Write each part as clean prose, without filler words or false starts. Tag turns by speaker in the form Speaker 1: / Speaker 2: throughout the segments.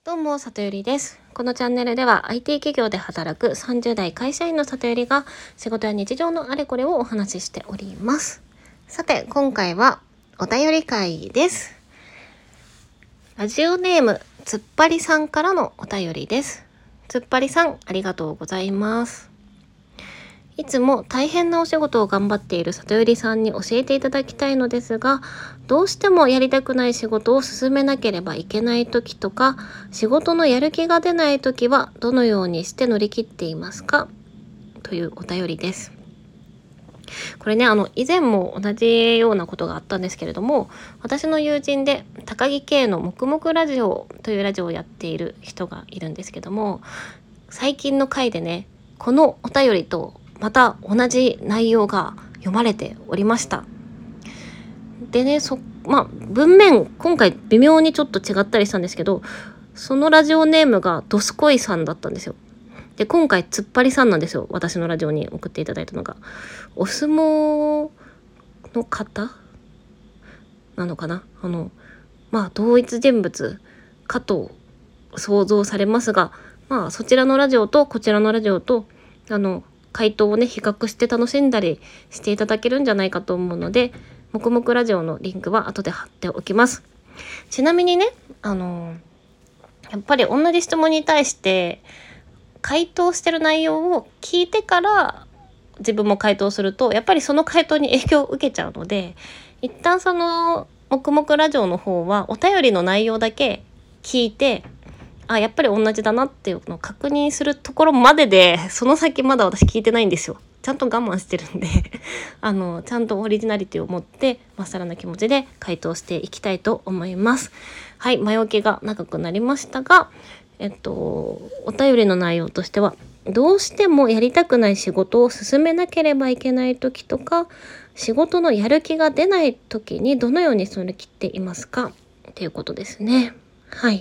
Speaker 1: どうも、里よりです。このチャンネルでは IT 企業で働く30代会社員の里よりが仕事や日常のあれこれをお話ししております。さて、今回はお便り会です。ラジオネームつっぱりさんからのお便りです。つっぱりさん、ありがとうございます。いつも大変なお仕事を頑張っている里よりさんに教えていただきたいのですが、どうしてもやりたくない仕事を進めなければいけない時とか、仕事のやる気が出ない時はどのようにして乗り切っていますか？というお便りです。これね、以前も同じようなことがあったんですけれども、私の友人で高木圭の黙々ラジオというラジオをやっている人がいるんですけども、最近の回でね、このお便りとまた同じ内容が読まれておりました。でね、文面今回微妙にちょっと違ったりしたんですけど、そのラジオネームがどすこいさんだったんですよ。で、今回つっぱりさんなんですよ。私のラジオに送っていただいたのがお相撲の方なのかな。同一人物かと想像されますが、そちらのラジオとこちらのラジオと回答をね比較して楽しんだりしていただけるんじゃないかと思うので、黙々ラジオのリンクは後で貼っておきます。ちなみにね、やっぱり同じ質問に対して回答してる内容を聞いてから自分も回答すると、やっぱりその回答に影響を受けちゃうので、一旦その黙々ラジオの方はお便りの内容だけ聞いて、やっぱり同じだなっていうのを確認するところまでで、その先まだ私聞いてないんですよ。ちゃんと我慢してるんでちゃんとオリジナリティを持ってまっさらな気持ちで回答していきたいと思います。はい、前置きが長くなりましたが、お便りの内容としては、どうしてもやりたくない仕事を進めなければいけない時とか、仕事のやる気が出ない時にどのように乗り切っていますかということですね。はい。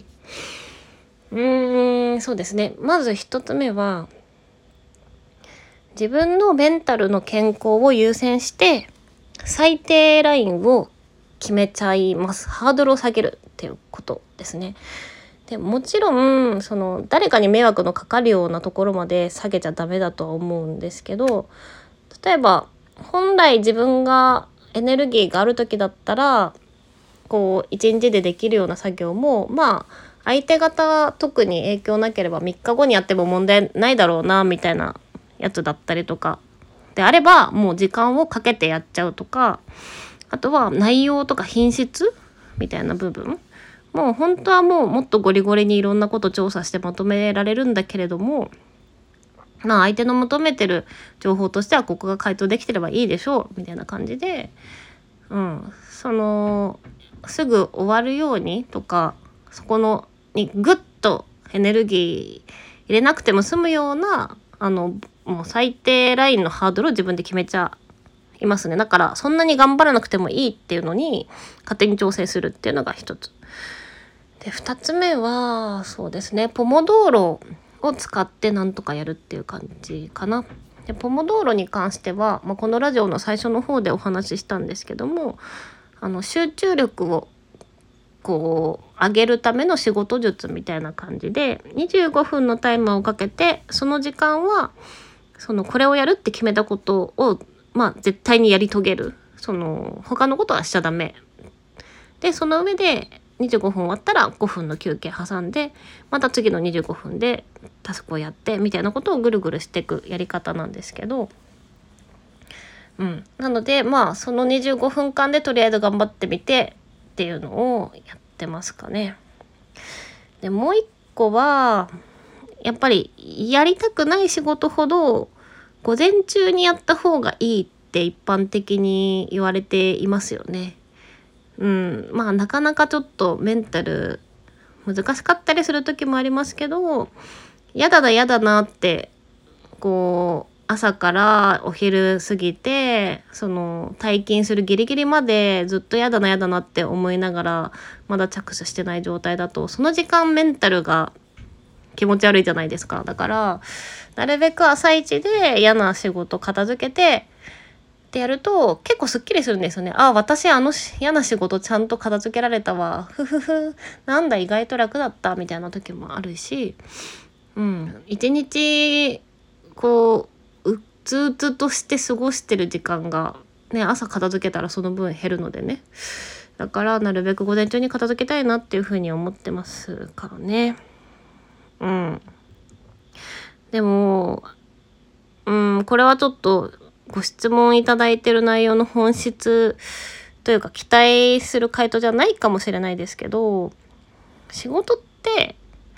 Speaker 1: そうですね。まず一つ目は、自分のメンタルの健康を優先して最低ラインを決めちゃいます。ハードルを下げるっていうことですね。でもちろん誰かに迷惑のかかるようなところまで下げちゃダメだとは思うんですけど、例えば本来自分がエネルギーがある時だったら一日でできるような作業も相手方特に影響なければ3日後にやっても問題ないだろうなみたいなやつだったりとかであれば、もう時間をかけてやっちゃうとか、あとは内容とか品質みたいな部分もう本当はもっとゴリゴリにいろんなこと調査してまとめられるんだけれども、相手の求めてる情報としてはここが回答できてればいいでしょうみたいな感じで、すぐ終わるようにとか、そこにグッとエネルギー入れなくても済むようなもう最低ラインのハードルを自分で決めちゃいますね。だからそんなに頑張らなくてもいいっていうのに勝手に調整するっていうのが一つで、二つ目はそうですね、ポモドーロを使ってなんとかやるっていう感じかな。でポモドーロに関しては、このラジオの最初の方でお話ししたんですけども、集中力を上げるための仕事術みたいな感じで25分のタイマーをかけて、その時間はこれをやるって決めたことを絶対にやり遂げる。他のことはしちゃダメで、その上で25分終わったら5分の休憩挟んで、また次の25分でタスクをやってみたいなことをぐるぐるしていくやり方なんですけど、なのでその25分間でとりあえず頑張ってみてっていうのをやってますかね。でもう一個はやっぱりやりたくない仕事ほど午前中にやった方がいいって一般的に言われていますよね。なかなかちょっとメンタル難しかったりする時もありますけど、やだなって朝からお昼過ぎて退勤するギリギリまでずっとやだなって思いながらまだ着手してない状態だと、その時間メンタルが気持ち悪いじゃないですか。だからなるべく朝一で嫌な仕事片付けてってやると結構すっきりするんですよね。あ、私嫌な仕事ちゃんと片付けられたわ。ふふふ。なんだ意外と楽だったみたいな時もあるし、一日こううつうつとして過ごしてる時間がね、朝片付けたらその分減るのでね。だからなるべく午前中に片付けたいなっていうふうに思ってますからね。でも、これはちょっとご質問いただいてる内容の本質というか期待する回答じゃないかもしれないですけど、仕事って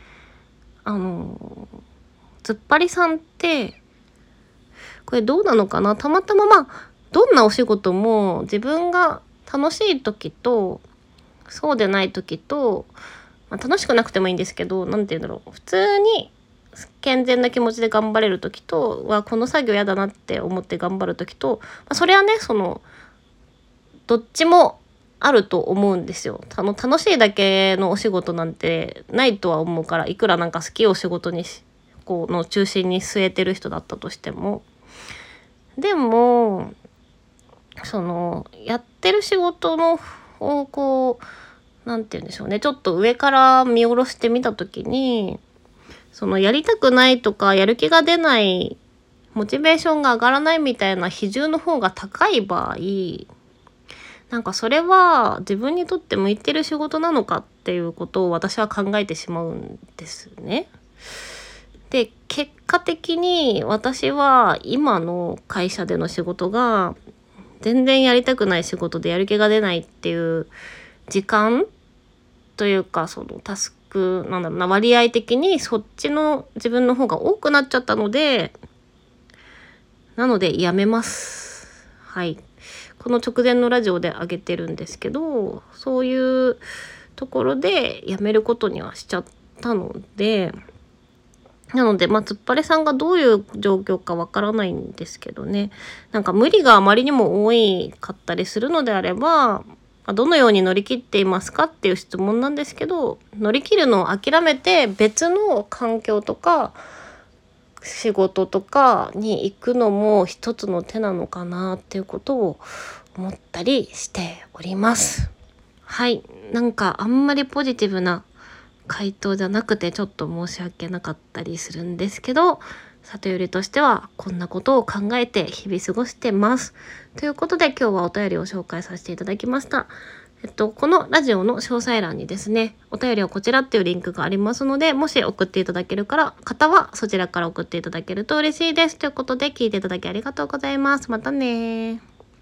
Speaker 1: 突っ張りさんってこれどうなのかな。たまたまどんなお仕事も自分が楽しい時とそうでない時と、楽しくなくてもいいんですけど、なんて言うんだろう、普通に健全な気持ちで頑張れる時とこの作業やだなって思って頑張る時と、それはねどっちもあると思うんですよ。楽しいだけのお仕事なんてないとは思うから、いくらなんか好きを仕事にの中心に据えてる人だったとしても、でもやってる仕事のなんて言うんでしょうね、ちょっと上から見下ろしてみた時に、やりたくないとかやる気が出ない、モチベーションが上がらないみたいな比重の方が高い場合、なんかそれは自分にとって向いてる仕事なのかっていうことを私は考えてしまうんですね。で、結果的に私は今の会社での仕事が全然やりたくない仕事でやる気が出ないっていう時間というか、タスク割合的にそっちの自分の方が多くなっちゃったので、やめます。はい。この直前のラジオで上げてるんですけど、そういうところでやめることにはしちゃったので、突っ張りさんがどういう状況かわからないんですけどね。なんか無理があまりにも多かったりするのであれば、どのように乗り切っていますかっていう質問なんですけど、乗り切るのを諦めて別の環境とか仕事とかに行くのも一つの手なのかなっていうことを思ったりしております。はい。なんかあんまりポジティブな回答じゃなくてちょっと申し訳なかったりするんですけど、里よりとしてはこんなことを考えて日々過ごしてますということで、今日はお便りを紹介させていただきました。このラジオの詳細欄にですね、お便りはこちらっていうリンクがありますので、もし送っていただける方はそちらから送っていただけると嬉しいです。ということで、聞いていただきありがとうございます。またね。